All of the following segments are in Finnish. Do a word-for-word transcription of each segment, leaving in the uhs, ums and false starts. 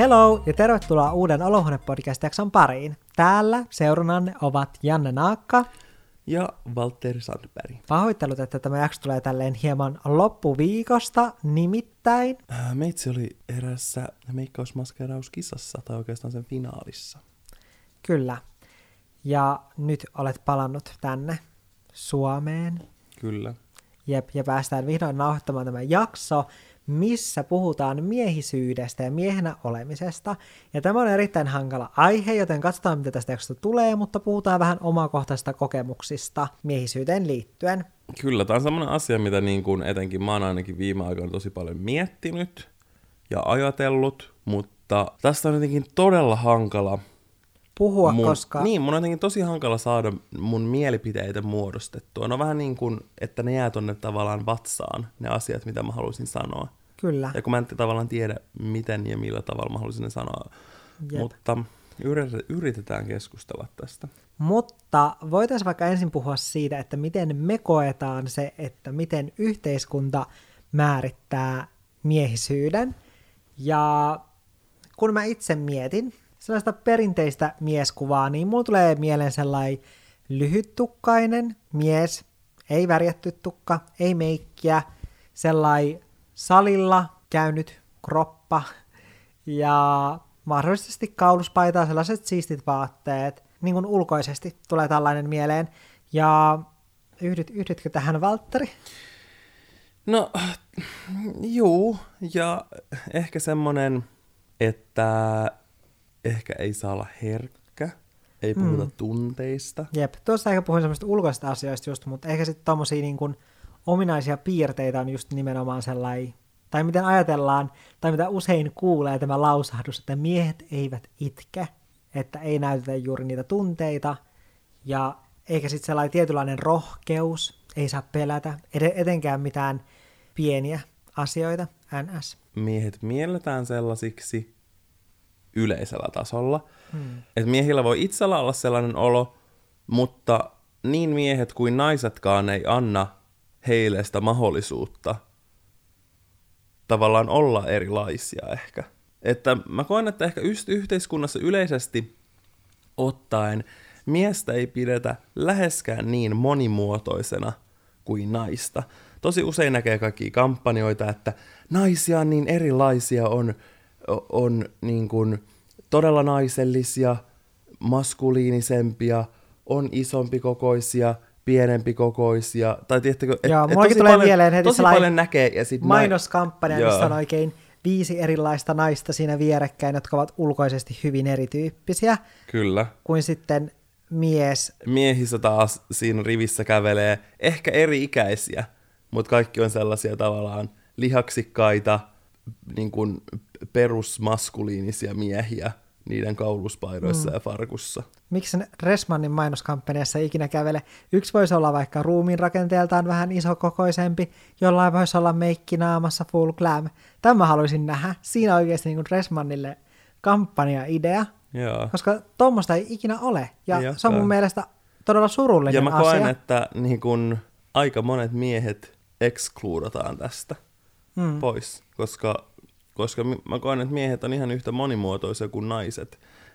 Hello ja tervetuloa uuden Olohuone-podcast-jakson pariin. Täällä seurannanne ovat Janne Naakka ja Valtteri Sandberg. Pahoittelut, että tämä jakso tulee tälleen hieman loppuviikosta, nimittäin Meitsi oli erässä meikkausmaskerauskisassa, tai oikeastaan sen finaalissa. Kyllä. Ja nyt olet palannut tänne Suomeen. Kyllä. Jep, ja päästään vihdoin nauhoittamaan tämä jakso, missä puhutaan miehisyydestä ja miehenä olemisesta. Ja tämä on erittäin hankala aihe, joten katsotaan, mitä tästä jaksosta tulee, mutta puhutaan vähän omakohtaisista kokemuksista miehisyyteen liittyen. Kyllä, tämä on sellainen asia, mitä niin kuin etenkin mä oon ainakin viime aikoina tosi paljon miettinyt ja ajatellut, mutta tästä on jotenkin todella hankala puhua, mun, koska Niin, mun on jotenkin tosi hankala saada mun mielipiteitä muodostettua. No vähän niin kuin, että ne jää tonne tavallaan vatsaan, ne asiat, mitä mä haluaisin sanoa. Kyllä. Ja kun mä en tavallaan tiedä, miten ja millä tavalla mä haluaisin ne sanoa. Jep. Mutta yritetään keskustella tästä. Mutta voitaisiin vaikka ensin puhua siitä, että miten me koetaan se, että miten yhteiskunta määrittää miehisyyden. Ja kun mä itse mietin sellaista perinteistä mieskuvaa, niin mulla tulee mieleen sellainen lyhyttukkainen mies, ei värjätty tukka, ei meikkiä, sellainen salilla käynyt kroppa ja mahdollisesti kauluspaita, sellaiset siistit vaatteet, niin kuin ulkoisesti tulee tällainen mieleen. Ja yhdyt, yhdytkö tähän, Valtteri? No, juu, ja ehkä semmonen, että ehkä ei saa olla herkkä, ei puhuta hmm. tunteista. Jep, tuossa ehkä puhuin semmoista ulkoisista asioista just, mutta ehkä sitten tommosia niin kuin ominaisia piirteitä on just nimenomaan sellainen, tai miten ajatellaan, tai mitä usein kuulee tämä lausahdus, että miehet eivät itke, että ei näytetä juuri niitä tunteita, ja eikä sitten sellainen tietynlainen rohkeus, ei saa pelätä, ed- etenkään mitään pieniä asioita, ns. Miehet mielletään sellaisiksi yleisellä tasolla, Hmm. että miehillä voi itsellä olla sellainen olo, mutta niin miehet kuin naisetkaan ei anna heille sitä mahdollisuutta tavallaan olla erilaisia ehkä. Että mä koen, että ehkä yhteiskunnassa yleisesti ottaen miestä ei pidetä läheskään niin monimuotoisena kuin naista. Tosi usein näkee kaikkia kampanjoita, että naisia on niin erilaisia, on, on niin kuin todella naisellisia, maskuliinisempia, on isompikokoisia, pienempikokoisia, tai tiedättekö, että et tosi, tulee paljon, mieleen heti tosi paljon näkee. Ja sit mainoskampanja, näin, missä on oikein viisi erilaista naista siinä vierekkäin, jotka ovat ulkoisesti hyvin erityyppisiä. Kyllä. Kuin sitten mies. Miehissä taas siinä rivissä kävelee ehkä eri-ikäisiä, mutta kaikki on sellaisia tavallaan lihaksikkaita, niin kuin perusmaskuliinisia miehiä niiden kauluspaidoissa mm. ja farkussa. Miksi Ressmannin mainoskampanjassa ei ikinä kävele? Yksi voisi olla vaikka ruumiin rakenteeltaan vähän isokokoisempi, jollain voisi olla meikkinaamassa full glam. Tämä haluaisin nähdä. Siinä oikeasti niin kuin Ressmannille kampanja-idea, Joo. koska tuommoista ei ikinä ole. Ja ei se on mun mielestä todella surullinen asia. Ja mä koen, asia. että niin kun aika monet miehet ekskluudataan tästä mm. pois, koska Koska mä koen, että miehet on ihan yhtä monimuotoisia kuin naiset.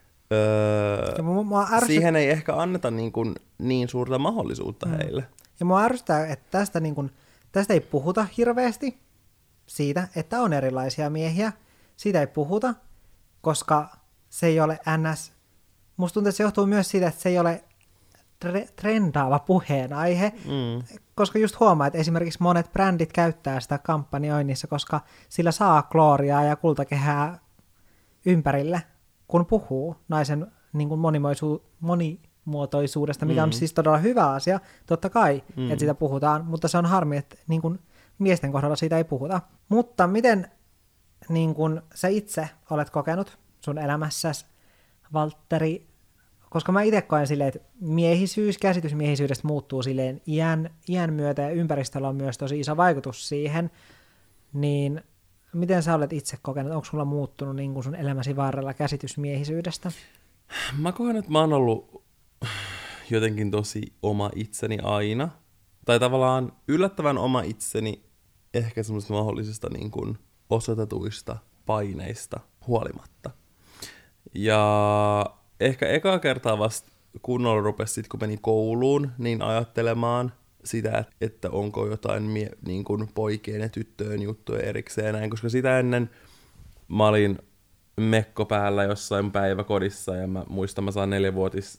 Öö, ärsyt... Siihen ei ehkä anneta niin, kuin niin suurta mahdollisuutta mm. heille. Ja mua ärsyttää, että tästä, niin kuin, tästä ei puhuta hirveästi siitä, että on erilaisia miehiä. Siitä ei puhuta, koska se ei ole ns. Musta tuntuu, että se johtuu myös siitä, että se ei ole tre- trendaava puheenaihe, mm. koska just huomaa, että esimerkiksi monet brändit käyttää sitä kampanjoinnissa, koska sillä saa klooriaa ja kultakehää ympärille, kun puhuu naisen niin kuin monimoisu- monimuotoisuudesta, mikä mm. on siis todella hyvä asia, totta kai, mm. että siitä puhutaan, mutta se on harmi, että niin kuin miesten kohdalla siitä ei puhuta. Mutta miten niin kuin sä itse olet kokenut sun elämässäsi, Valtteri, koska mä itse koen silleen, että miehisyys, käsitys miehisyydestä muuttuu silleen iän, iän myötä ja ympäristöllä on myös tosi iso vaikutus siihen, niin miten sä olet itse kokenut, onko sulla muuttunut niin kuin sun elämäsi varrella käsitys miehisyydestä? Mä koen, että mä oon ollut jotenkin tosi oma itseni aina, tai tavallaan yllättävän oma itseni ehkä semmoisista mahdollisista niin kuin osoitetuista paineista huolimatta. Ja ehkä ekaa kertaa vasta kunnolla rupesi sit, kun meni kouluun, niin ajattelemaan sitä, että onko jotain mie- niin kuin poikien ja tyttöjen juttuja erikseen näin, koska sitä ennen mä olin mekko päällä jossain päiväkodissa ja mä muistan, mä saan neljävuotis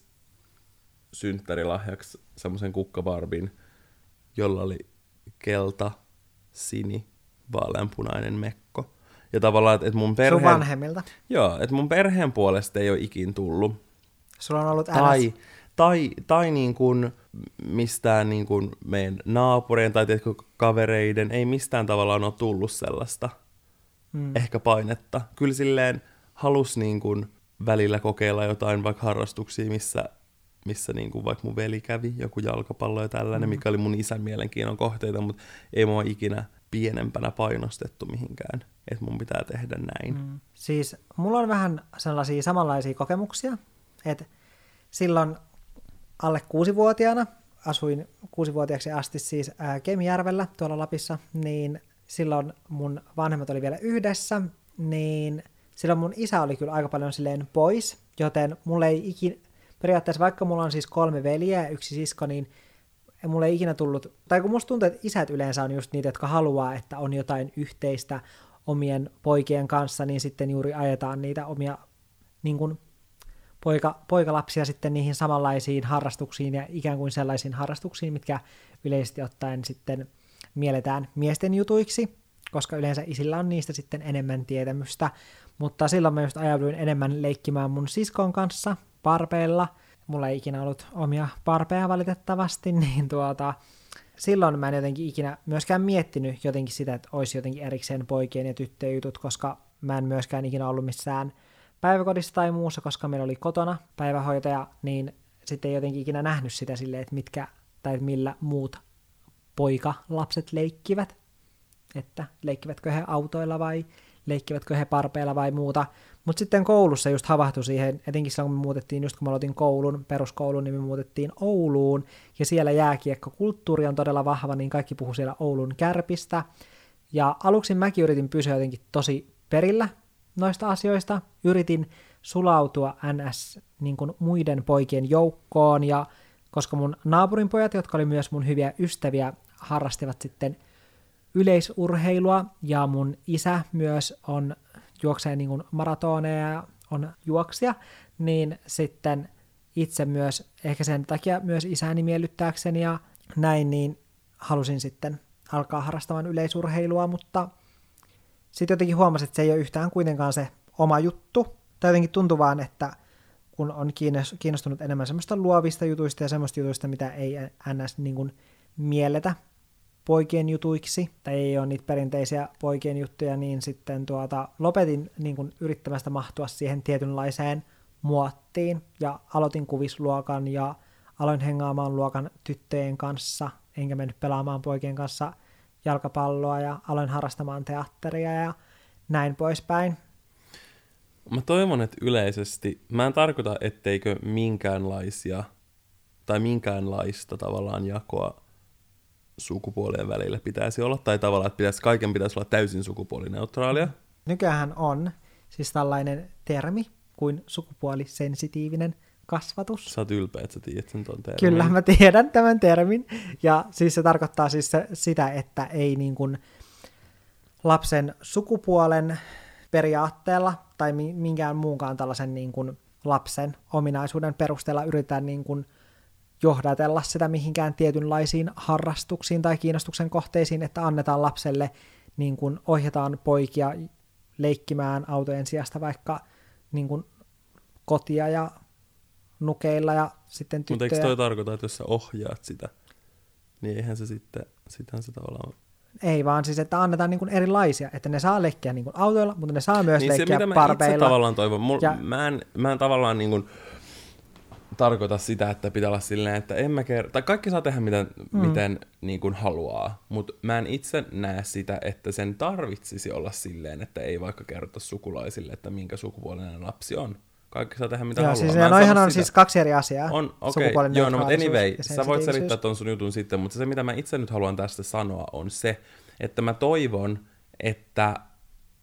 synttärilahjaksi semmoisen kukkabarbin, jolla oli kelta, sini, vaaleanpunainen mekko. Ja tavallaan, että et mun perheen... Sun vanhemmilta? Joo, että mun perheen puolesta ei ole ikin tullut. Sulla on ollut tai, tai, tai niin kuin mistään niin kuin meidän naapurien tai tiedätkö, kavereiden, ei mistään tavallaan ole tullut sellaista mm. ehkä painetta. Kyllä silleen halus niin kuin välillä kokeilla jotain vaikka harrastuksia, missä, missä niin kuin vaikka mun veli kävi, joku jalkapallo ja tällainen, mm. mikä oli mun isän mielenkiinnon kohteita, mutta ei mua ikinä pienempänä painostettu mihinkään, että mun pitää tehdä näin. Mm. Siis mulla on vähän sellaisia samanlaisia kokemuksia, että silloin alle kuusivuotiaana, asuin kuusivuotiaaksi asti siis ää, Kemijärvellä tuolla Lapissa, niin silloin mun vanhemmat oli vielä yhdessä, niin silloin mun isä oli kyllä aika paljon silleen pois, joten mulle ei ikinä, periaatteessa vaikka mulla on siis kolme veljeä ja yksi sisko, niin mulle ei ikinä tullut, tai kun musta tuntuu, että isät yleensä on just niitä, jotka haluaa, että on jotain yhteistä omien poikien kanssa, niin sitten juuri ajetaan niitä omia niin kuin poika, poikalapsia sitten niihin samanlaisiin harrastuksiin ja ikään kuin sellaisiin harrastuksiin, mitkä yleisesti ottaen sitten mielletään miesten jutuiksi, koska yleensä isillä on niistä sitten enemmän tietämystä, mutta silloin mä just ajauduin enemmän leikkimään mun siskon kanssa parpeilla. Mulla ei ikinä ollut omia parpeja valitettavasti, niin tuota, silloin mä en jotenkin ikinä myöskään miettinyt jotenkin sitä, että olisi jotenkin erikseen poikien ja tyttöjen jutut, koska mä en myöskään ikinä ollut missään päiväkodissa tai muussa, koska meillä oli kotona päivähoitaja, niin sitten ei jotenkin ikinä nähnyt sitä silleen, että mitkä tai millä muut poikalapset leikkivät, että leikkivätkö he autoilla vai leikkivätkö he parpeilla vai muuta. Mutta sitten koulussa just havahtui siihen, etenkin silloin kun me muutettiin, just kun mä aloitin koulun, peruskoulun, niin me muutettiin Ouluun, ja siellä jääkiekkokulttuuri on todella vahva, niin kaikki puhuu siellä Oulun Kärpistä. Ja aluksi mäkin yritin pysyä jotenkin tosi perillä noista asioista, yritin sulautua ns. Niin kuin muiden poikien joukkoon, ja koska mun naapurin pojat, jotka oli myös mun hyviä ystäviä, harrastivat sitten yleisurheilua, ja mun isä myös on juoksee niin kuin maratoneja ja on juoksija, niin sitten itse myös, ehkä sen takia myös isäni miellyttääkseni ja näin, niin halusin sitten alkaa harrastamaan yleisurheilua, mutta sitten jotenkin huomasin, että se ei ole yhtään kuitenkaan se oma juttu, tai jotenkin tuntuu vaan, että kun on kiinnostunut enemmän semmoista luovista jutuista ja semmoista jutuista, mitä ei ns. Niin kuin mielletä poikien jutuiksi, tai ei ole niitä perinteisiä poikien juttuja, niin sitten tuota, lopetin niin kuin yrittämästä mahtua siihen tietynlaiseen muottiin, ja aloitin kuvisluokan, ja aloin hengaamaan luokan tyttöjen kanssa, enkä mennyt pelaamaan poikien kanssa jalkapalloa, ja aloin harrastamaan teatteria, ja näin poispäin. Mä toivon, että yleisesti, mä en tarkoita, etteikö minkäänlaisia, tai minkäänlaista tavallaan jakoa sukupuolien välillä pitäisi olla, tai tavallaan, että pitäisi, kaiken pitäisi olla täysin sukupuolineutraalia. Nykyään on siis tällainen termi kuin sukupuolisensitiivinen kasvatus. Sä oot ylpeä, että sä tiedät sen tuon termin. Kyllä, mä tiedän tämän termin, ja siis se tarkoittaa siis se, sitä, että ei niin kuin lapsen sukupuolen periaatteella tai minkään muunkaan tällaisen niin kuin lapsen ominaisuuden perusteella yritetään niin kuin johdatella sitä mihinkään tietynlaisiin harrastuksiin tai kiinnostuksen kohteisiin, että annetaan lapselle, niin kuin ohjataan poikia leikkimään autojen sijasta vaikka niin kuin kotia ja nukeilla ja sitten tyttöjä. Mutta eikö toi tarkoita, että jos sä ohjaat sitä, niin eihän se sitten, sitähän se tavallaan... Ei vaan siis, että annetaan niin kuin erilaisia, että ne saa leikkiä niin kuin autoilla, mutta ne saa myös niin leikkiä se, mitä parpeilla. Mä itse tavallaan toivon, Mul, ja... mä, en, mä en tavallaan niin kuin tarkoita sitä, että pitää olla silleen, että en mä ker- tai kaikki saa tehdä miten, mm. miten niin kuin haluaa, mutta mä en itse näe sitä, että sen tarvitsisi olla silleen, että ei vaikka kerrota sukulaisille, että minkä sukupuolinen lapsi on. Kaikki saa tehdä mitä joo, haluaa. Siis noihan on sitä. Siis kaksi eri asiaa. On, okei, okay. Joo, no, mutta anyway, sä voit selittää ton sun jutun sitten, mutta se mitä mä itse nyt haluan tästä sanoa on se, että mä toivon, että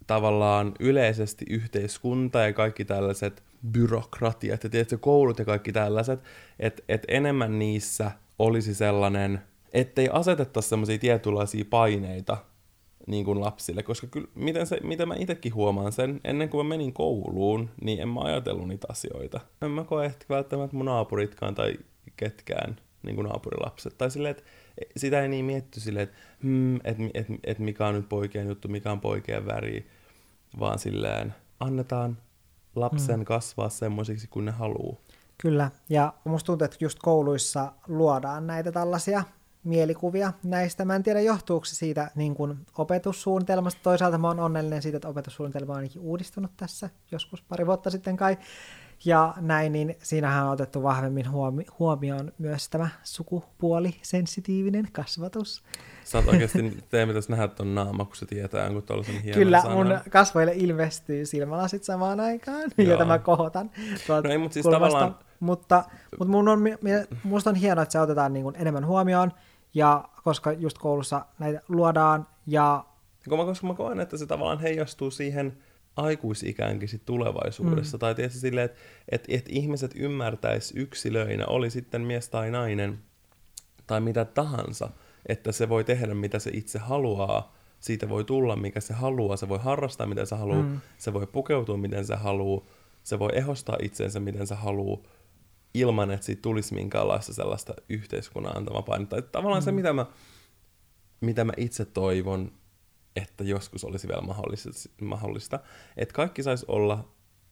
tavallaan yleisesti yhteiskunta ja kaikki tällaiset byrokratiat ja tietysti koulut ja kaikki tällaiset, että et enemmän niissä olisi sellainen, ettei asetettaisi semmoisia tietynlaisia paineita niin kuin lapsille, koska kyllä, miten, se, miten mä itsekin huomaan sen, ennen kuin mä menin kouluun, niin en mä ajatellut niitä asioita. En mä koe ehkä välttämättä mun naapuritkaan tai ketkään niin kuin naapurilapset. Tai silleen, että sitä ei niin mietty silleen, että hmm, et, et, et mikä on nyt poikien juttu, mikä on poikien väri, vaan silleen annetaan lapsen hmm. kasvaa semmoisiksi kuin ne haluaa. Kyllä, ja musta tuntuu, että just kouluissa luodaan näitä tällaisia mielikuvia näistä. Mä en tiedä, johtuuko se siitä niin kuin opetussuunnitelmasta. Toisaalta mä oon onnellinen siitä, että opetussuunnitelma on ainakin uudistunut tässä joskus pari vuotta sitten kai. Ja näin, niin siinähän on otettu vahvemmin huomi- huomioon myös tämä sukupuolisensitiivinen kasvatus. Sä oot oikeasti, tee mitäs nähdä ton naama, kun se tietää jonkun tollasen hienon Kyllä, sanan. mun kasvoille ilmestyy silmälasit samaan aikaan, jota mä kohotan. No ei, mutta siis tavallaan... Mutta, mutta mun on, musta on hienoa, että se otetaan niin kuin enemmän huomioon, ja koska just koulussa näitä luodaan, ja... Koska mä koen, että se tavallaan heijastuu siihen aikuisikäänkin sit tulevaisuudessa, mm. tai tietysti silleen, että et, et ihmiset ymmärtäis yksilöinä, oli sitten mies tai nainen, tai mitä tahansa, että se voi tehdä, mitä se itse haluaa, siitä voi tulla, mikä se haluaa, se voi harrastaa, miten se haluaa, mm. se voi pukeutua, miten se haluaa, se voi ehostaa itsensä, miten se haluaa, ilman, että siitä tulisi minkäänlaista sellaista yhteiskunnan antama painetta. Että tavallaan mm. se, mitä mä, mitä mä itse toivon, että joskus olisi vielä mahdollista, mahdollista että kaikki saisi olla,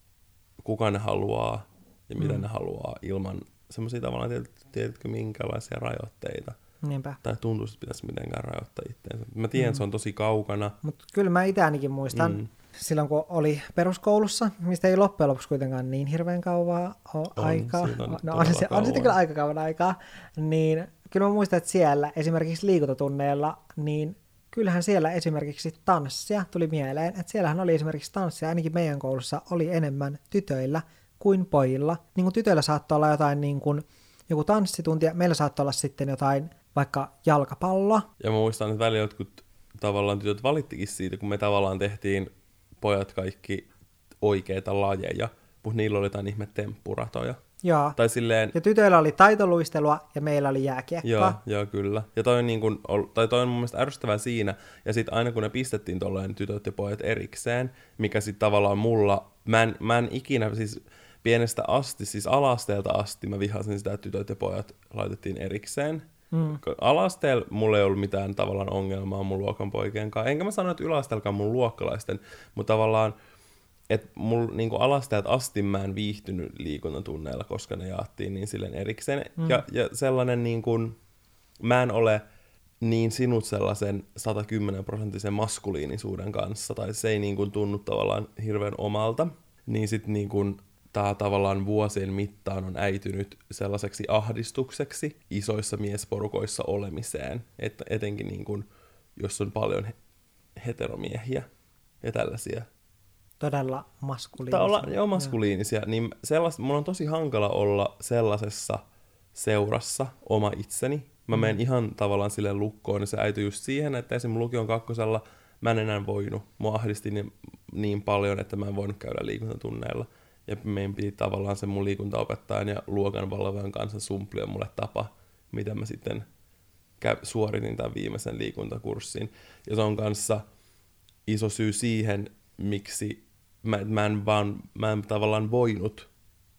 kuka ne haluaa ja mitä mm. ne haluaa, ilman semmoisia tavallaan, tiedätkö, minkälaisia rajoitteita. Niinpä. Tai tuntuisi, että pitäisi mitenkään rajoittaa itseänsä. Mä tiedän, mm. se on tosi kaukana. Mutta kyllä mä itse ainakin muistan, mm. silloin kun oli peruskoulussa, mistä ei loppujen lopuksi kuitenkaan niin hirveän kauan ole on, aikaa. On, no, on, se, on sitten kyllä aika kauan aikaa. Niin kyllä mä muistan, että siellä esimerkiksi liikuntatunneilla, niin kyllähän siellä esimerkiksi tanssia tuli mieleen. Että siellähän oli esimerkiksi tanssia, ainakin meidän koulussa oli enemmän tytöillä kuin pojilla. Niin kuin tytöillä saattoi olla jotain niin kuin joku tanssitunti, ja meillä saattoi olla sitten jotain vaikka jalkapalloa. Ja mä muistan, että välillä jotkut tavallaan tytöt valittikin siitä, kun me tavallaan tehtiin pojat kaikki oikeita lajeja, mutta niillä oli jotain ihme temppuratoja. Joo, tai silleen... ja tytöillä oli taitoluistelua ja meillä oli jääkiekkoa. Joo, joo kyllä. Ja toi on, niin kun, tai toi on mun mielestä ärsyttävää siinä, ja sitten aina kun ne pistettiin tolleen tytöt ja pojat erikseen, mikä sitten tavallaan mulla, mä en, mä en ikinä siis pienestä asti, siis ala-asteelta asti mä vihasin sitä, että tytöt ja pojat laitettiin erikseen. Mm. Ala-asteella mulla ei ollut mitään tavallaan ongelmaa mun luokan poikien kanssa. Enkä mä sano, että yläasteelkaan mun luokkalaisten, mutta tavallaan, että mulla niin ala-asteelta asti mä en viihtynyt liikuntatunneilla, koska ne jaettiin niin silleen erikseen. Mm. Ja, ja sellainen niin kuin, mä en ole niin sinut sellaisen sata kymmenen prosenttisen maskuliinisuuden kanssa, tai se ei niin kuin tunnu tavallaan hirveän omalta, niin sit niin kuin tämä tavallaan vuosien mittaan on äitynyt sellaiseksi ahdistukseksi isoissa miesporukoissa olemiseen, että etenkin niin kuin, jos on paljon heteromiehiä ja tällaisia. Todella maskuliinisia. Olla, joo, maskuliinisia. Niin sellais, mun on tosi hankala olla sellaisessa seurassa oma itseni. Mä menen mm. ihan tavallaan sille lukkoon, ja se äityi just siihen, että esimerkiksi lukion kakkosella mä en enää voinut. Mua ahdisti niin, niin paljon, että mä en voinut käydä liikuntatunneilla. Ja meidän piti tavallaan sen mun liikuntaopettajan ja luokan valvojan kanssa sumplia mulle tapa, mitä mä sitten käy, suoritin tämän viimeisen liikuntakurssin. Ja se on kanssa iso syy siihen, miksi mä, mä, en vaan, mä en tavallaan voinut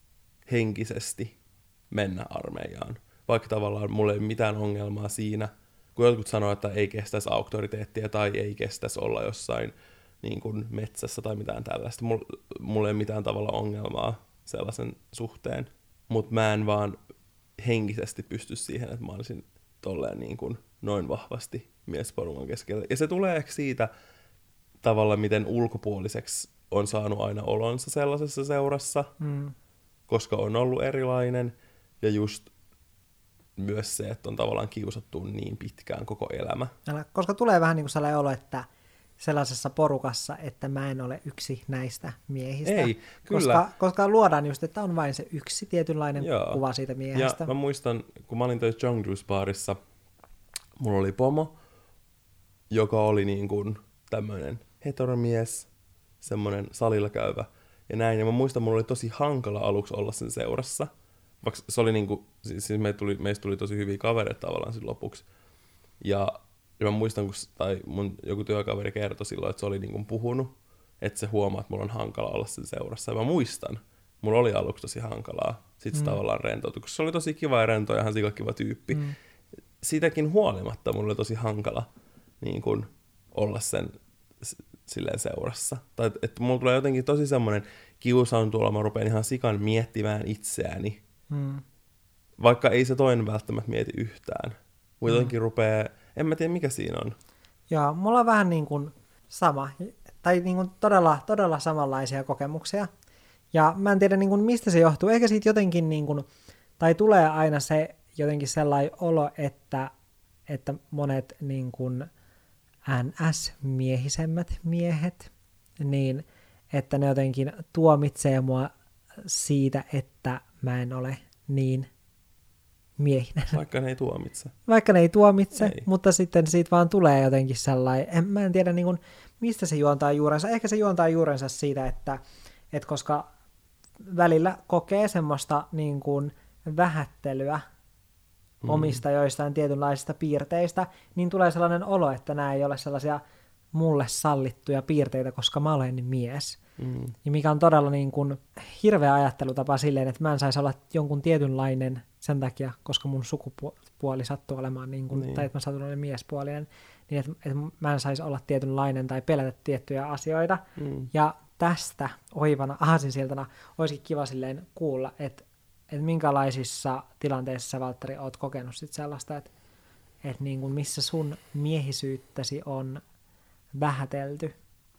henkisesti mennä armeijaan. Vaikka tavallaan mulla ei ole mitään ongelmaa siinä, kun jotkut sanoo, että ei kestäisi auktoriteettia tai ei kestäisi olla jossain niin kuin metsässä tai mitään tällaista. Mulla, mulla ei ole mitään tavalla ongelmaa sellaisen suhteen, mutta mä en vaan henkisesti pysty siihen, että mä olisin tolleen niin kuin noin vahvasti miesporukan keskellä. Ja se tulee ehkä siitä tavalla, miten ulkopuoliseksi on saanut aina olonsa sellaisessa seurassa, mm. koska on ollut erilainen, ja just myös se, että on tavallaan kiusattu niin pitkään koko elämä. Koska tulee vähän niin kuin sellainen olo, että sellaisessa porukassa, että mä en ole yksi näistä miehistä. Ei, kyllä. Koska, koska luodaan just, että on vain se yksi tietynlainen Joo. kuva siitä miehestä. Ja mä muistan, kun mä olin töissä Young Juice-baarissa, mulla oli pomo, joka oli niin kuin tämmöinen heteromies, semmoinen salilla käyvä ja näin. Ja mä muistan, mulla oli tosi hankala aluksi olla sen seurassa. Vaikka se oli niinku, siis me tuli, meistä tuli tosi hyviä kavereita tavallaan siinä lopuksi. Ja, ja mä muistan, kun tai mun joku työkaveri kertoi silloin, että se oli niinku puhunut, että se huomaa, että mulla on hankala olla sen seurassa. Ja mä muistan, mulla oli aluksi tosi hankalaa. Sitten se mm. tavallaan rentoutui, koska se oli tosi kiva ja rento ja ihan sikakiva tyyppi. Mm. Siitäkin huolimatta mulla oli tosi hankala niin kun, olla sen silleen seurassa. Tai että et mulla tulee jotenkin tosi semmoinen kiusaun tuolla, mä rupean ihan sikan miettimään itseäni. Mm. Vaikka ei se toinen välttämättä mieti yhtään. Mutta jotenkin mm. rupeaa, en mä tiedä mikä siinä on. Joo, mulla on vähän niin kuin sama, tai niin kuin todella, todella samanlaisia kokemuksia. Ja mä en tiedä niin kuin mistä se johtuu. Ehkä siitä jotenkin, niin kuin, tai tulee aina se jotenkin sellainen olo, että, että monet niin kuin N S-miehisemmät miehet, niin että ne jotenkin tuomitsee mua siitä, että mä en ole niin miehinen. Vaikka ne ei tuomitse. Vaikka ne ei tuomitse, ei. Mutta sitten siitä vaan tulee jotenkin sellainen, en, mä en tiedä niin kuin, mistä se juontaa juurensa. Ehkä se juontaa juurensa siitä, että, että koska välillä kokee semmoista niin kuin vähättelyä mm. omista joistain tietynlaisista piirteistä, niin tulee sellainen olo, että nämä ei ole sellaisia mulle sallittuja piirteitä, koska mä olen mies. Mm. Ja mikä on todella niin kuin hirveä ajattelutapa silleen, että mä en saisi olla jonkun tietynlainen sen takia, koska mun sukupuoli sattuu olemaan, niin kuin, niin. tai että mä satun olemaan miespuolinen, niin että, että mä en saisi olla tietynlainen tai pelätä tiettyjä asioita. Mm. Ja tästä oivana aasinsiltana olisikin kiva silleen kuulla, että, että minkälaisissa tilanteissa sä, Valtteri, oot kokenut sit sellaista, että, että niin kuin missä sun miehisyyttäsi on vähätelty.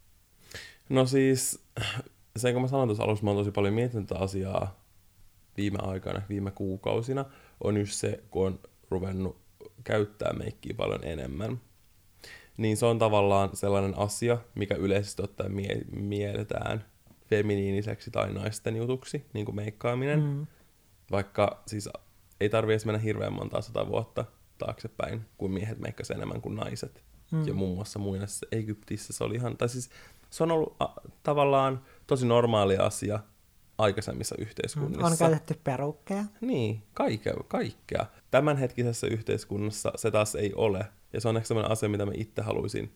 No siis, sen kun mä sanoin tuossa alussa, mä oon tosi paljon miettinyt tätä asiaa viime aikana, viime kuukausina, on just se, kun on ruvennut käyttää meikkiä paljon enemmän. Niin se on tavallaan sellainen asia, mikä yleisesti ottaen mie- mielletään feminiiniseksi tai naisten jutuksi, niin kuin meikkaaminen. Mm. Vaikka siis ei tarvitse edes mennä hirveän montaa sata vuotta taaksepäin, kun miehet meikkasivat enemmän kuin naiset. Mm. Ja muun muassa muinaisessa Egyptissä se oli ihan, tai siis se on ollut a, tavallaan tosi normaali asia aikaisemmissa yhteiskunnissa. On käytetty perukkeja. Niin, kaikkea, kaikkea. Tämänhetkisessä yhteiskunnassa se taas ei ole. Ja se on ehkä sellainen asia, mitä mä itse haluaisin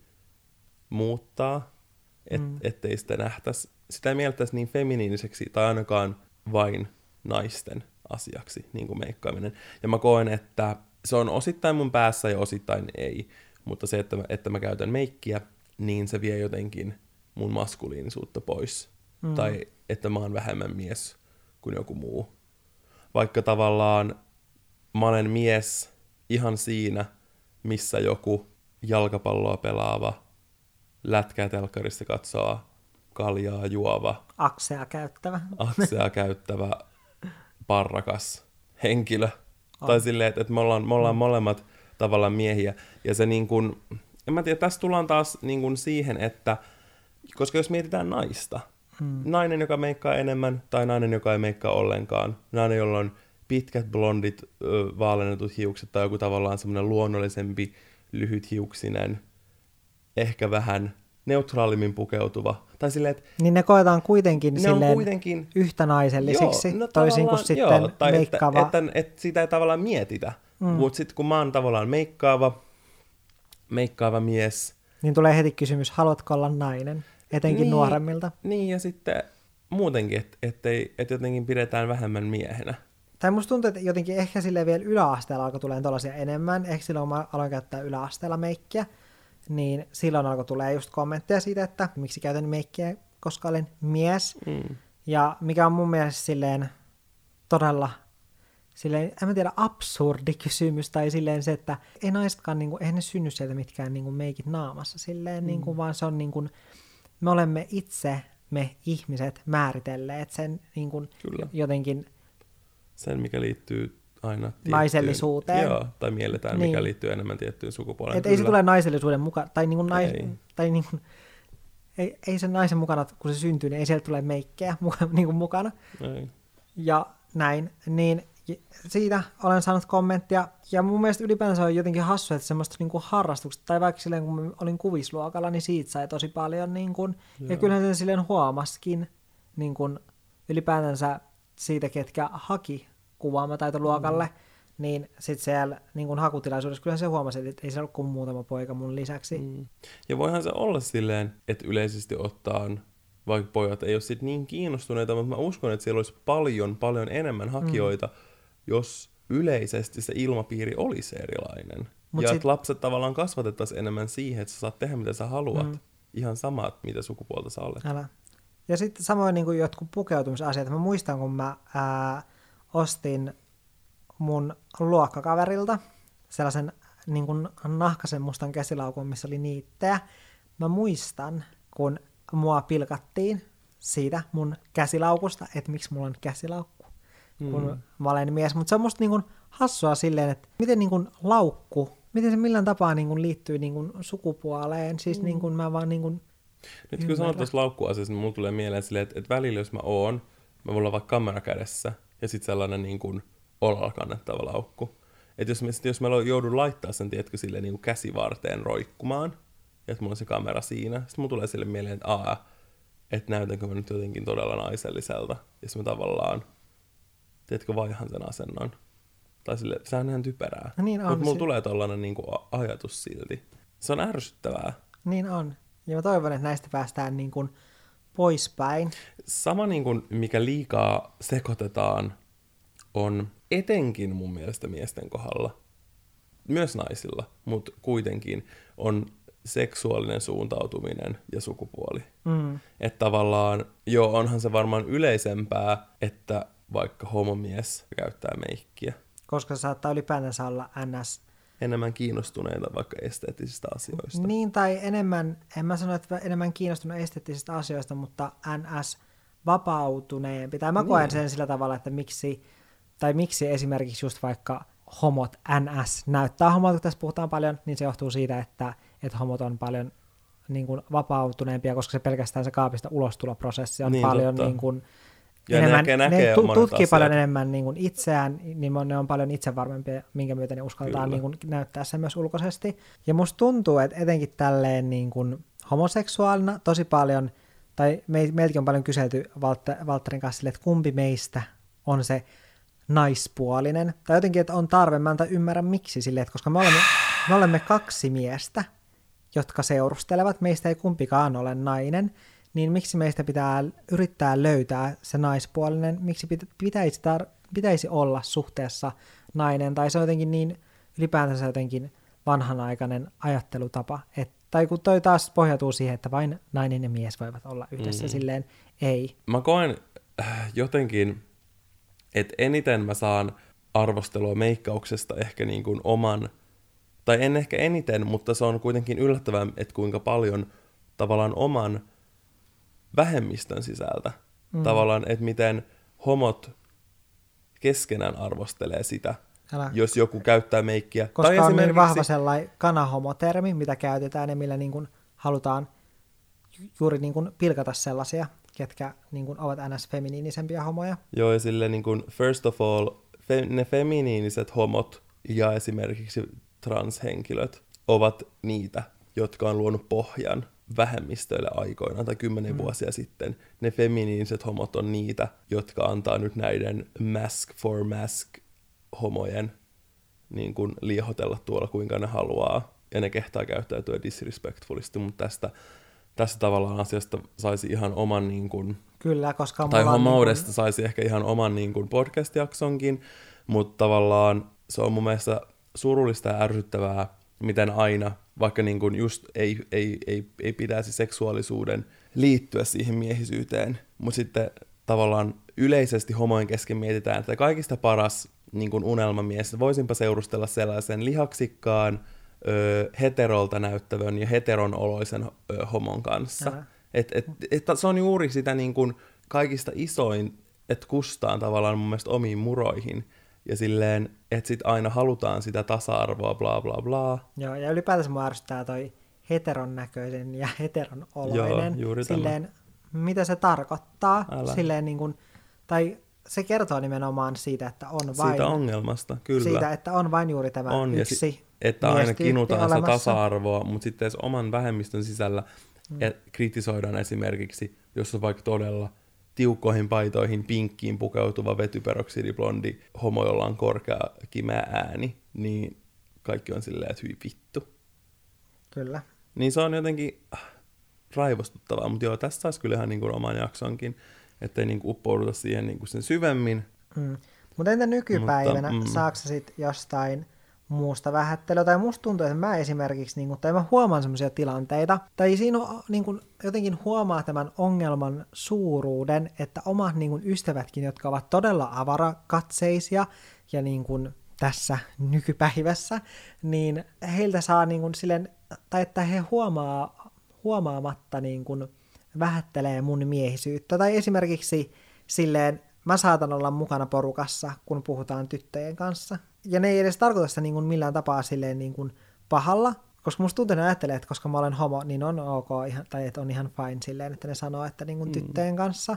muuttaa, et, mm. ettei sitä nähtäisi, sitä ei miellettäisi niin feminiiniseksi tai ainakaan vain naisten asiaksi, niin kuin meikkaaminen. Ja mä koen, että se on osittain mun päässä ja osittain ei. Mutta se, että mä, että mä käytän meikkiä, niin se vie jotenkin mun maskuliinisuutta pois. Mm. Tai että mä oon vähemmän mies kuin joku muu. Vaikka tavallaan mä olen mies ihan siinä, missä joku jalkapalloa pelaava, lätkää telkkarista katsoo, kaljaa juova, aksea käyttävä, aksea käyttävä parrakas henkilö. On. Tai silleen, että, että me ollaan, me ollaan molemmat tavallaan miehiä. Ja se niin kuin, en mä tiedä, tässä tullaan taas niin kuin siihen, että koska jos mietitään naista, hmm. nainen, joka meikkaa enemmän, tai nainen, joka ei meikkaa ollenkaan, nainen, jolla on pitkät blondit, vaalennetut hiukset, tai joku tavallaan semmoinen luonnollisempi, lyhythiuksinen, ehkä vähän neutraalimmin pukeutuva. Tai silleen, että niin ne koetaan kuitenkin, silleen kuitenkin yhtä naisellisiksi, joo, no toisin kuin sitten joo, tai meikkaava. Että, että, että sitä ei tavallaan mietitä. Mm. Mutta sitten kun mä oon tavallaan meikkaava, meikkaava mies. Niin tulee heti kysymys, haluatko olla nainen? Etenkin niin, nuoremmilta. Niin, ja sitten muutenkin, että et et jotenkin pidetään vähemmän miehenä. Tai musta tuntuu, että jotenkin ehkä silleen vielä yläasteella alkoi tulemaan tollaisia enemmän. Ehkä silloin kun mä aloin käyttää yläasteella meikkiä, niin silloin alkoi tulee just kommentteja siitä, että miksi käytän meikkiä, koska olen mies. Mm. Ja mikä on mun mielestä silleen todella, silleen, en mä tiedä, absurdi kysymys, tai silleen se, että ei naisetkaan, niin kuin, eihän ne synny sieltä mitkään niin kuin meikit naamassa, silleen, mm. niin kuin, vaan se on niin kuin, me olemme itse, me ihmiset, määritelleet sen niin kuin, jotenkin sen, mikä liittyy aina tiettyyn naisellisuuteen. Joo, tai mielletään, niin. Mikä liittyy enemmän tiettyyn sukupuoleen. Et ei se tule naisellisuuden mukaan, tai, niin kuin nais, tai niin kuin, ei, ei sen naisen mukana, kun se syntyy, niin ei sieltä tule meikkejä niin kuin mukana. Ei. Ja näin, niin siitä olen saanut kommenttia, ja mun mielestä ylipäänsä on jotenkin hassu, että semmoista niin kuin harrastuksesta, tai vaikka silleen kun mä olin kuvisluokalla, niin siitä sai tosi paljon, niin kuin, ja kyllähän sen silleen huomaskin, niin kuin, ylipäätänsä siitä, ketkä haki kuvaamataitoluokalle, mm. niin sitten siellä niin kuin hakutilaisuudessa kyllähän se huomasi, että ei se ollut kuin muutama poika mun lisäksi. Mm. Ja voihan se olla silleen, että yleisesti ottaen, vaikka pojat ei ole sit niin kiinnostuneita, mutta mä uskon, että siellä olisi paljon, paljon enemmän hakijoita, mm. jos yleisesti se ilmapiiri olisi erilainen. Mut ja sit... että lapset tavallaan kasvatettaisiin enemmän siihen, että sä saat tehdä mitä sä haluat. Mm. Ihan samat, mitä sukupuolta sä olet. Älä. Ja sitten samoin niin kuin jotkut pukeutumisasiat. Mä muistan, kun mä ää, ostin mun luokkakaverilta sellaisen niin kuin nahkaisen mustan käsilaukun, missä oli niittejä. Mä muistan, kun mua pilkattiin siitä mun käsilaukusta, että miksi mulla on käsilaukku, mm. kun mä olen mies. Mutta se on musta niin kuin hassua silleen, että miten niin kuin laukku, miten se millään tapaa niin kuin liittyy niin kuin sukupuoleen. Siis mm. niin kuin mä vaan niin kuin nyt kun sanot tuossa laukkuasiassa, niin mulla tulee mieleen silleen, että, että välillä jos mä oon, mä voin olla vaikka kamera kädessä ja sitten sellainen niin kuin olalla kannettava laukku. Että jos, jos mä joudun laittaa sen, tiedätkö, silleen niin kuin käsivarteen roikkumaan, ja että mulla on se kamera siinä, sitten mulla tulee sille mieleen, että aa, että näytänkö mä nyt jotenkin todella naiselliselta, jos mä tavallaan, tiedätkö, vaihan sen asennon. Tai sille, sehän on ihan typerää. Niin on. Mutta mulla tulee tollainen niin kuin ajatus silti. Se on ärsyttävää. Niin on. Ja mä toivon, että näistä päästään niin kuin poispäin. Sama niin kuin, mikä liikaa sekoitetaan, on etenkin mun mielestä miesten kohdalla, myös naisilla, mutta kuitenkin on seksuaalinen suuntautuminen ja sukupuoli. Mm. Että tavallaan, joo, onhan se varmaan yleisempää, että vaikka homomies käyttää meikkiä. Koska se saattaa ylipäätänsä olla ns. Enemmän kiinnostuneita vaikka esteettisistä asioista. Niin, tai enemmän, en mä sano, että enemmän kiinnostunut esteettisistä asioista, mutta ns. Vapautuneempi. Tai mä niin. koen sen sillä tavalla, että miksi, tai miksi esimerkiksi just vaikka homot ns. Näyttää homolta, kun tässä puhutaan paljon, niin se johtuu siitä, että, että homot on paljon niin kuin vapautuneempia, koska se pelkästään se kaapista ulostuloprosessi on niin, paljon niin kuin, ja enemmän, ne, näkee ne tu- tutkii paljon enemmän niin kuin itseään, niin ne on paljon itsevarmempia, minkä myötä ne uskaltaa niin kuin näyttää sen myös ulkoisesti. Ja musta tuntuu, että etenkin tälleen niin kuin homoseksuaalina tosi paljon, tai me, meiltäkin on paljon kyselty Valter, Valterin kanssa sille, että kumpi meistä on se naispuolinen, tai jotenkin, että on tarve, mä en ymmärrä miksi sille, että koska me olemme, me olemme kaksi miestä, jotka seurustelevat, meistä ei kumpikaan ole nainen, niin miksi meistä pitää yrittää löytää se naispuolinen, miksi pitäisi, tar- pitäisi olla suhteessa nainen, tai se on jotenkin niin ylipäätänsä jotenkin vanhanaikainen ajattelutapa, että, tai kun toi taas pohjautuu siihen, että vain nainen ja mies voivat olla yhdessä, mm. silleen ei. Mä koen äh, jotenkin, että eniten mä saan arvostelua meikkauksesta ehkä niin kuin oman, tai en ehkä eniten, mutta se on kuitenkin yllättävää, että kuinka paljon tavallaan oman vähemmistön sisältä. Mm. Tavallaan, että miten homot keskenään arvostelee sitä, Älä. jos joku käyttää meikkiä. Koska tai on esimerkiksi niin vahva sellainen kanahomotermi, mitä käytetään ja millä niin kuin halutaan juuri niin kuin pilkata sellaisia, ketkä niin kuin ovat ns. Feminiinisempia homoja. Joo, ja silleen niin kuin first of all, fe, ne feminiiniset homot ja esimerkiksi transhenkilöt ovat niitä, jotka on luonut pohjan vähemmistöille aikoinaan tai kymmenen mm. vuosia sitten. Ne feminiiniset homot on niitä, jotka antaa nyt näiden mask for mask homojen niin kuin liihotella tuolla kuinka ne haluaa. Ja ne kehtaa käyttäytyä disrespectfulisti, mutta tästä, tästä tavallaan asiasta saisi ihan oman niin kuin, Kyllä, koska tai homoudesta niin kuin saisi ehkä ihan oman niin kuin podcast-jaksonkin, mutta tavallaan se on mun mielestä surullista ja ärsyttävää, miten aina, vaikka niin kuin just ei, ei, ei, ei pitäisi seksuaalisuuden liittyä siihen miehisyyteen, mutta sitten tavallaan yleisesti homojen kesken mietitään, että kaikista paras niin kuin unelmamies, voisinpa seurustella sellaisen lihaksikkaan, ö, heterolta näyttävän ja heteron oloisen ö, homon kanssa. Et, et, et, se on juuri sitä niin kuin kaikista isoin, että kustaan tavallaan mun mielestä omiin muroihin. Ja silleen, että sit aina halutaan sitä tasa-arvoa, bla bla bla. Joo, ja ylipäätänsä mua ärsyttää toi heteron näköisen ja heteron oloinen. Joo, juuri silleen, tämä. Mitä se tarkoittaa. Älä. Silleen niin kuin, tai se kertoo nimenomaan siitä, että on vain... Siitä ongelmasta, kyllä. Siitä, että on vain juuri tämä on, yksi si- että aina kinutaan sitä olemassa. tasa-arvoa, mutta sitten edes oman vähemmistön sisällä mm. kritisoidaan esimerkiksi, jos on vaikka todella tiukkoihin paitoihin pinkkiin pukeutuva vetyperoksidiblondi homo, jolla on korkea kimeä ääni, niin kaikki on silleen, että hyi vittu. Kyllä. Niin se on jotenkin raivostuttavaa, mutta joo, tästä saisi kyllä ihan niin kuin oman jaksonkin, ettei niin kuin uppouduta siihen niin kuin sen syvemmin. Mm. Mutta entä nykypäivänä, mutta, mm. saako sä sit jostain muusta vähättelyä, tai musta tuntuu, että mä esimerkiksi, niin kun, tai mä huomaan semmoisia tilanteita, tai siinä on, niin kun, jotenkin huomaa tämän ongelman suuruuden, että omat niin kun, ystävätkin, jotka ovat todella avarakatseisia, ja niin kun, tässä nykypäivässä, niin heiltä saa niin kun, silleen, tai että he huomaa, huomaamatta niin kun, vähättelee mun miehisyyttä, tai esimerkiksi silleen, mä saatan olla mukana porukassa, kun puhutaan tyttöjen kanssa. Ja ne ei edes tarkoita sitä niin kuin millään tapaa silleen niin kuin pahalla, koska musta tuntuu, että ne ajattelee, että koska mä olen homo, niin on ok, ihan, tai että on ihan fine silleen, että ne sanoo, että niin kuin tyttöjen kanssa.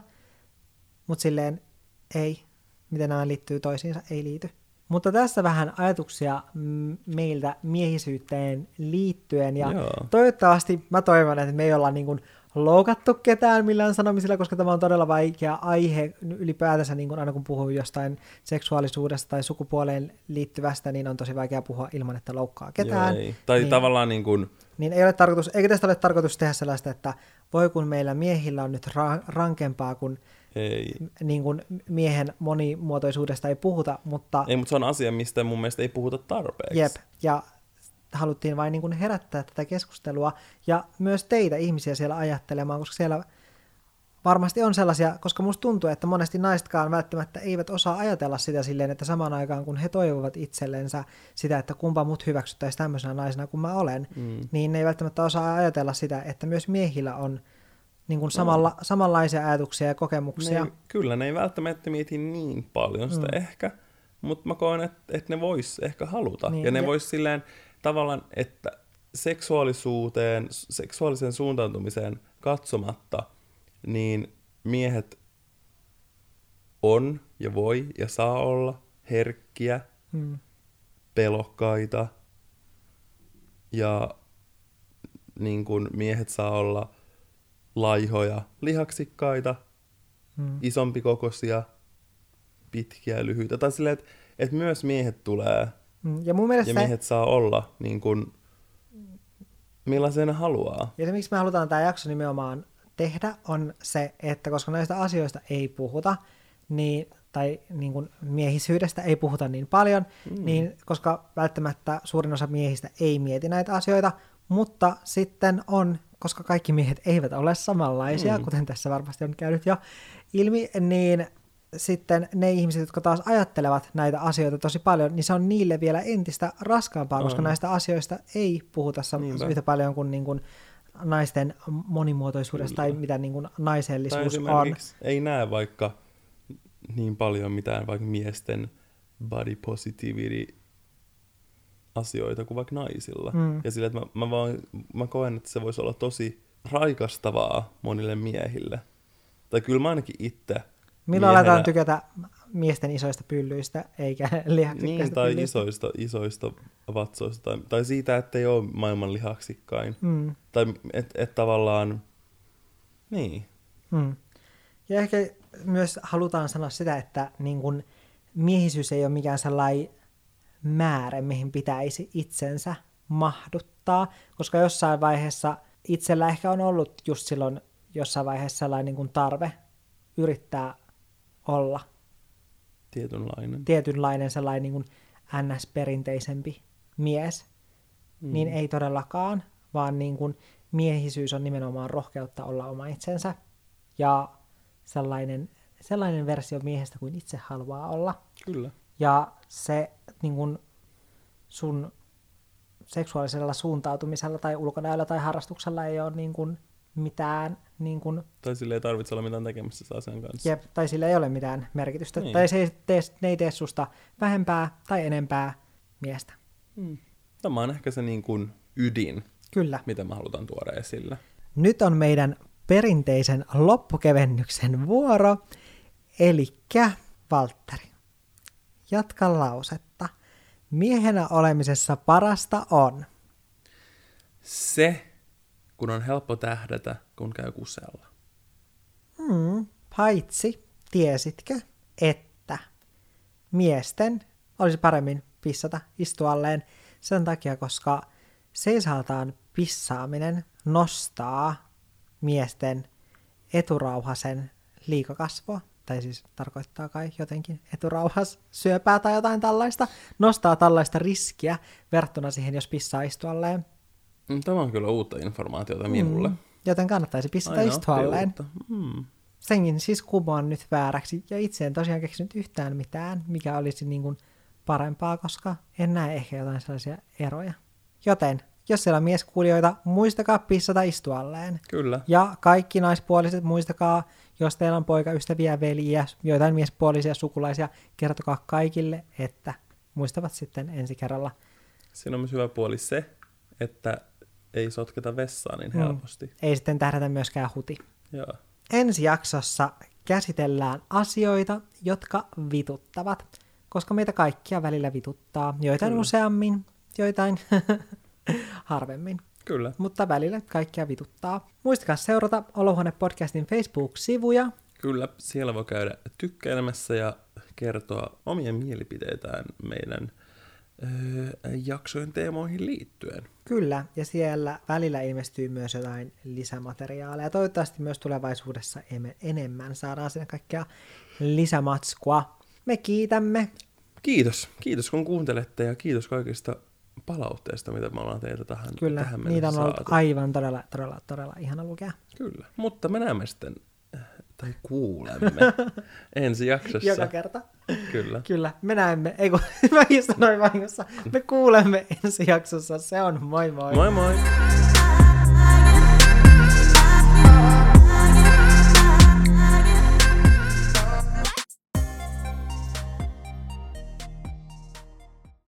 Mutta silleen ei, miten nämä liittyy toisiinsa, ei liity. Mutta tässä vähän ajatuksia meiltä miehisyyteen liittyen, ja Joo. toivottavasti mä toivon, että me ei olla niin kuin loukattu ketään millään sanomisilla, koska tämä on todella vaikea aihe ylipäätänsä, niin kuin aina kun puhuu jostain seksuaalisuudesta tai sukupuoleen liittyvästä, niin on tosi vaikea puhua ilman, että loukkaa ketään. Joo, ei. Tai niin, tavallaan niin kuin... Niin ei ole tarkoitus, eikä tästä ole tarkoitus tehdä sellaista, että voi kun meillä miehillä on nyt ra- rankempaa, kun ei. Niin kuin miehen monimuotoisuudesta ei puhuta, mutta... Ei, mutta se on asia, mistä mun mielestä ei puhuta tarpeeksi. Jep, ja haluttiin vain niin kuin herättää tätä keskustelua ja myös teitä ihmisiä siellä ajattelemaan, koska siellä varmasti on sellaisia, koska musta tuntuu, että monesti naisetkaan välttämättä eivät osaa ajatella sitä silleen, että samaan aikaan kun he toivovat itsellensä sitä, että kumpa mut hyväksyttäisiin tämmöisenä naisena kuin mä olen, mm. niin ne ei välttämättä osaa ajatella sitä, että myös miehillä on niin kuin samalla, no. samanlaisia ajatuksia ja kokemuksia. Ne, kyllä, ne ei välttämättä mieti niin paljon sitä mm. ehkä, mutta mä koen, että, että ne vois ehkä haluta. Niin, ja ne ja... vois silleen tavallaan, että seksuaalisuuteen, seksuaaliseen suuntautumiseen katsomatta, niin miehet on ja voi ja saa olla herkkiä, mm. pelokkaita ja niin kuin miehet saa olla laihoja, lihaksikkaita, mm. isompikokoisia, pitkiä, lyhyitä. Tai silleen, että, että myös miehet tulee mm. ja, mun mielestä... ja miehet saa olla niin kuin, millaisen haluaa. Ja se, miksi me halutaan tämä jakso nimenomaan tehdä, on se, että koska näistä asioista ei puhuta, niin, tai niin kuin miehisyydestä ei puhuta niin paljon, mm. niin koska välttämättä suurin osa miehistä ei mieti näitä asioita, mutta sitten on, koska kaikki miehet eivät ole samanlaisia, mm. kuten tässä varmasti on käynyt jo ilmi, niin sitten ne ihmiset, jotka taas ajattelevat näitä asioita tosi paljon, niin se on niille vielä entistä raskaampaa, koska on. Näistä asioista ei puhuta Niinpä. yhtä paljon kuin, niin kuin naisten monimuotoisuudesta Kyllä. tai mitä niin kuin naisellisuus on. Ei näe vaikka niin paljon mitään vaikka miesten body positivity asioita kuin vaikka naisilla. Mm. Ja sillä, että mä, mä, vaan, mä koen, että se voisi olla tosi raikastavaa monille miehille. Tai kyllä mä ainakin itse milloin miehenä... aletaan tykätä miesten isoista pyllyistä, eikä lihaksikkaista Niin, tai pyllyistä. isoista, isoista vatsoista. Tai, tai siitä, että ei ole maailman lihaksikkain. Mm. Tai että et tavallaan... Niin. Mm. Ja ehkä myös halutaan sanoa sitä, että niin kun miehisyys ei ole mikään sellainen määrä, mihin pitäisi itsensä mahduttaa, koska jossain vaiheessa itsellä ehkä on ollut just silloin jossain vaiheessa sellainen niin kuin tarve yrittää olla tietynlainen, tietynlainen sellainen niin kuin N S-perinteisempi mies, mm. niin ei todellakaan, vaan niin kuin miehisyys on nimenomaan rohkeutta olla oma itsensä ja sellainen, sellainen versio miehestä kuin itse haluaa olla. Kyllä. Ja se niin kuin sun seksuaalisella suuntautumisella tai ulkonäöllä tai harrastuksella ei ole niin kuin mitään... Niin kuin, tai sillä ei tarvitse olla mitään tekemistä sen asian kanssa. Jep, tai sillä ei ole mitään merkitystä. Niin. Tai se ei tee, ne ei tee susta vähempää tai enempää miestä. Hmm. Tämä on ehkä se niin kuin ydin, Kyllä. mitä me halutaan tuoda esille. Nyt on meidän perinteisen loppukevennyksen vuoro. Elikkä Valtteri, jatka lausetta. Miehenä olemisessa parasta on se, kun on helppo tähdätä, kun käy kusella. Hmm, paitsi, tiesitkö, että miesten olisi paremmin pissata istualleen sen takia, koska seisaltaan pissaaminen nostaa miesten eturauhasen liikakasvua, tai siis tarkoittaa kai jotenkin eturauhas syöpää tai jotain tällaista, nostaa tällaista riskiä verrattuna siihen, jos pissaa istualleen. Tämä on kyllä uutta informaatiota minulle. Mm, joten kannattaisi pissata Aina istualleen. Mm. Senkin siis kumoan nyt vääräksi, ja itse en tosiaan keksinyt yhtään mitään, mikä olisi niin kuin parempaa, koska en näe ehkä jotain sellaisia eroja. Joten, jos siellä on mieskuulijoita, muistakaa pissata istualleen. Kyllä. Ja kaikki naispuoliset, muistakaa, jos teillä on poikaystäviä, veljiä, joitain miespuolisia sukulaisia, kertokaa kaikille, että muistavat sitten ensi kerralla. Siinä on myös hyvä puoli se, että ei sotketa vessaa niin helposti. Mm. Ei sitten tähdätä myöskään huti. Joo. Ensi jaksossa käsitellään asioita, jotka vituttavat, koska meitä kaikkia välillä vituttaa. Joitain Kyllä. useammin, joitain harvemmin. Kyllä. Mutta välillä kaikkia vituttaa. Muistakaa seurata Olohuone-podcastin Facebook-sivuja. Kyllä, siellä voi käydä tykkäilemässä ja kertoa omia mielipiteitään meidän öö, jaksojen teemoihin liittyen. Kyllä, ja siellä välillä ilmestyy myös jotain lisämateriaalia. Toivottavasti myös tulevaisuudessa enemmän saadaan sinne kaikkea lisämatskua. Me kiitämme. Kiitos. Kiitos kun kuuntelette ja kiitos kaikista palautteesta, mitä me ollaan teiltä tähän, Kyllä, tähän mennessä niitä on ollut saatu. aivan todella, todella, todella ihana lukea. Kyllä, mutta me näemme sitten, tai kuulemme ensi jaksossa. Joka kerta. Kyllä. Kyllä, me näemme, ei kun mä sanoin vahingossa, me kuulemme ensi jaksossa, se on moi moi. Moi moi!